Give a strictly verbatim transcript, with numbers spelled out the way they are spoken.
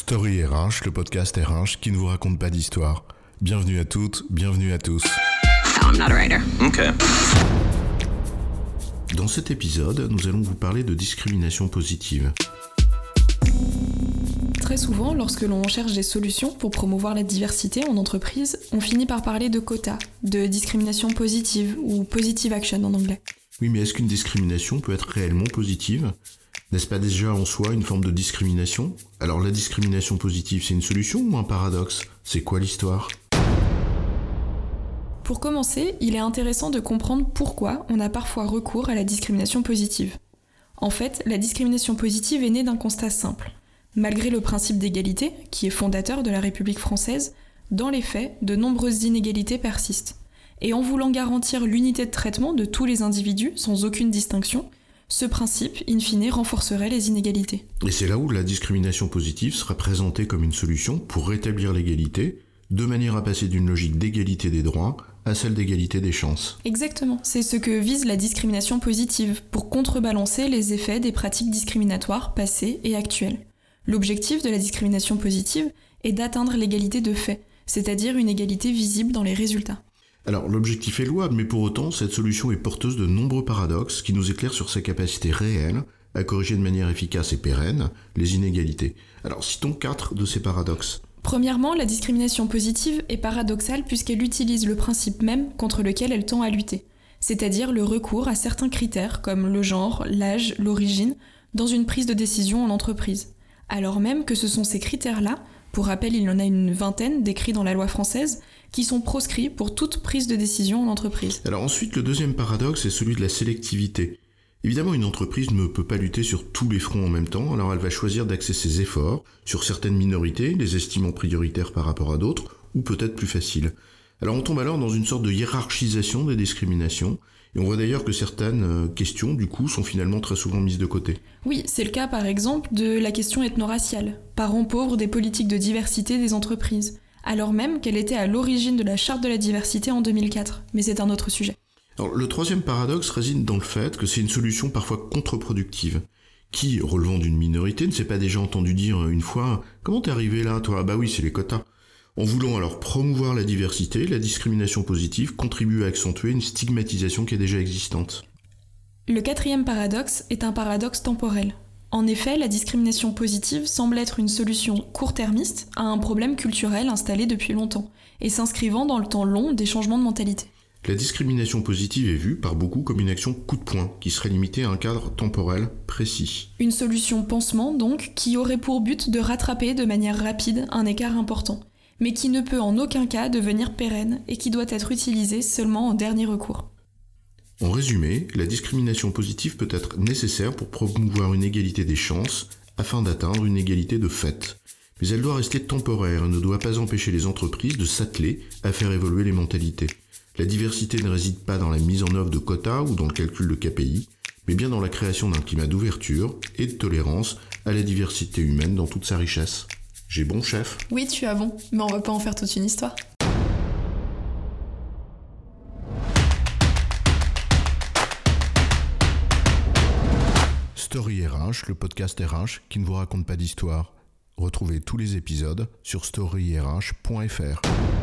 Story R H, le podcast R H qui ne vous raconte pas d'histoire. Bienvenue à toutes, bienvenue à tous. No, I'm not a writer. Okay. Dans cet épisode, nous allons vous parler de discrimination positive. Très souvent, lorsque l'on cherche des solutions pour promouvoir la diversité en entreprise, on finit par parler de quotas, de discrimination positive ou positive action en anglais. Oui, mais est-ce qu'une discrimination peut être réellement positive ? N'est-ce pas déjà en soi une forme de discrimination ? Alors la discrimination positive, c'est une solution ou un paradoxe ? C'est quoi l'histoire ? Pour commencer, il est intéressant de comprendre pourquoi on a parfois recours à la discrimination positive. En fait, la discrimination positive est née d'un constat simple. Malgré le principe d'égalité, qui est fondateur de la République française, dans les faits, de nombreuses inégalités persistent. Et en voulant garantir l'unité de traitement de tous les individus, sans aucune distinction, ce principe, in fine, renforcerait les inégalités. Et c'est là où la discrimination positive sera présentée comme une solution pour rétablir l'égalité, de manière à passer d'une logique d'égalité des droits à celle d'égalité des chances. Exactement, c'est ce que vise la discrimination positive, pour contrebalancer les effets des pratiques discriminatoires passées et actuelles. L'objectif de la discrimination positive est d'atteindre l'égalité de fait, c'est-à-dire une égalité visible dans les résultats. Alors l'objectif est louable, mais pour autant, cette solution est porteuse de nombreux paradoxes qui nous éclairent sur sa capacité réelle à corriger de manière efficace et pérenne les inégalités. Alors citons quatre de ces paradoxes. Premièrement, la discrimination positive est paradoxale puisqu'elle utilise le principe même contre lequel elle tend à lutter, c'est-à-dire le recours à certains critères comme le genre, l'âge, l'origine, dans une prise de décision en entreprise. Alors même que ce sont ces critères-là, pour rappel il y en a une vingtaine décrits dans la loi française, qui sont proscrits pour toute prise de décision en entreprise. Alors ensuite, le deuxième paradoxe est celui de la sélectivité. Évidemment, une entreprise ne peut pas lutter sur tous les fronts en même temps, alors elle va choisir d'axer ses efforts sur certaines minorités, les estimant prioritaires par rapport à d'autres, ou peut-être plus faciles. Alors on tombe alors dans une sorte de hiérarchisation des discriminations, et on voit d'ailleurs que certaines questions, du coup, sont finalement très souvent mises de côté. Oui, c'est le cas par exemple de la question ethno-raciale, parent pauvre des politiques de diversité des entreprises, alors même qu'elle était à l'origine de la charte de la diversité en deux mille quatre, mais c'est un autre sujet. Alors, le troisième paradoxe réside dans le fait que c'est une solution parfois contre-productive. Qui, relevant d'une minorité, ne s'est pas déjà entendu dire une fois « Comment t'es arrivé là, toi ?» Ah bah oui, c'est les quotas. En voulant alors promouvoir la diversité, la discrimination positive contribue à accentuer une stigmatisation qui est déjà existante. Le quatrième paradoxe est un paradoxe temporel. En effet, la discrimination positive semble être une solution court-termiste à un problème culturel installé depuis longtemps, et s'inscrivant dans le temps long des changements de mentalité. La discrimination positive est vue par beaucoup comme une action coup de poing, qui serait limitée à un cadre temporel précis. Une solution pansement, donc, qui aurait pour but de rattraper de manière rapide un écart important, mais qui ne peut en aucun cas devenir pérenne et qui doit être utilisée seulement en dernier recours. En résumé, la discrimination positive peut être nécessaire pour promouvoir une égalité des chances afin d'atteindre une égalité de fait. Mais elle doit rester temporaire et ne doit pas empêcher les entreprises de s'atteler à faire évoluer les mentalités. La diversité ne réside pas dans la mise en œuvre de quotas ou dans le calcul de K P I, mais bien dans la création d'un climat d'ouverture et de tolérance à la diversité humaine dans toute sa richesse. J'ai bon, chef ? Oui, tu as bon, mais on va pas en faire toute une histoire. Story R H, le podcast R H qui ne vous raconte pas d'histoire. Retrouvez tous les épisodes sur story r h point f r.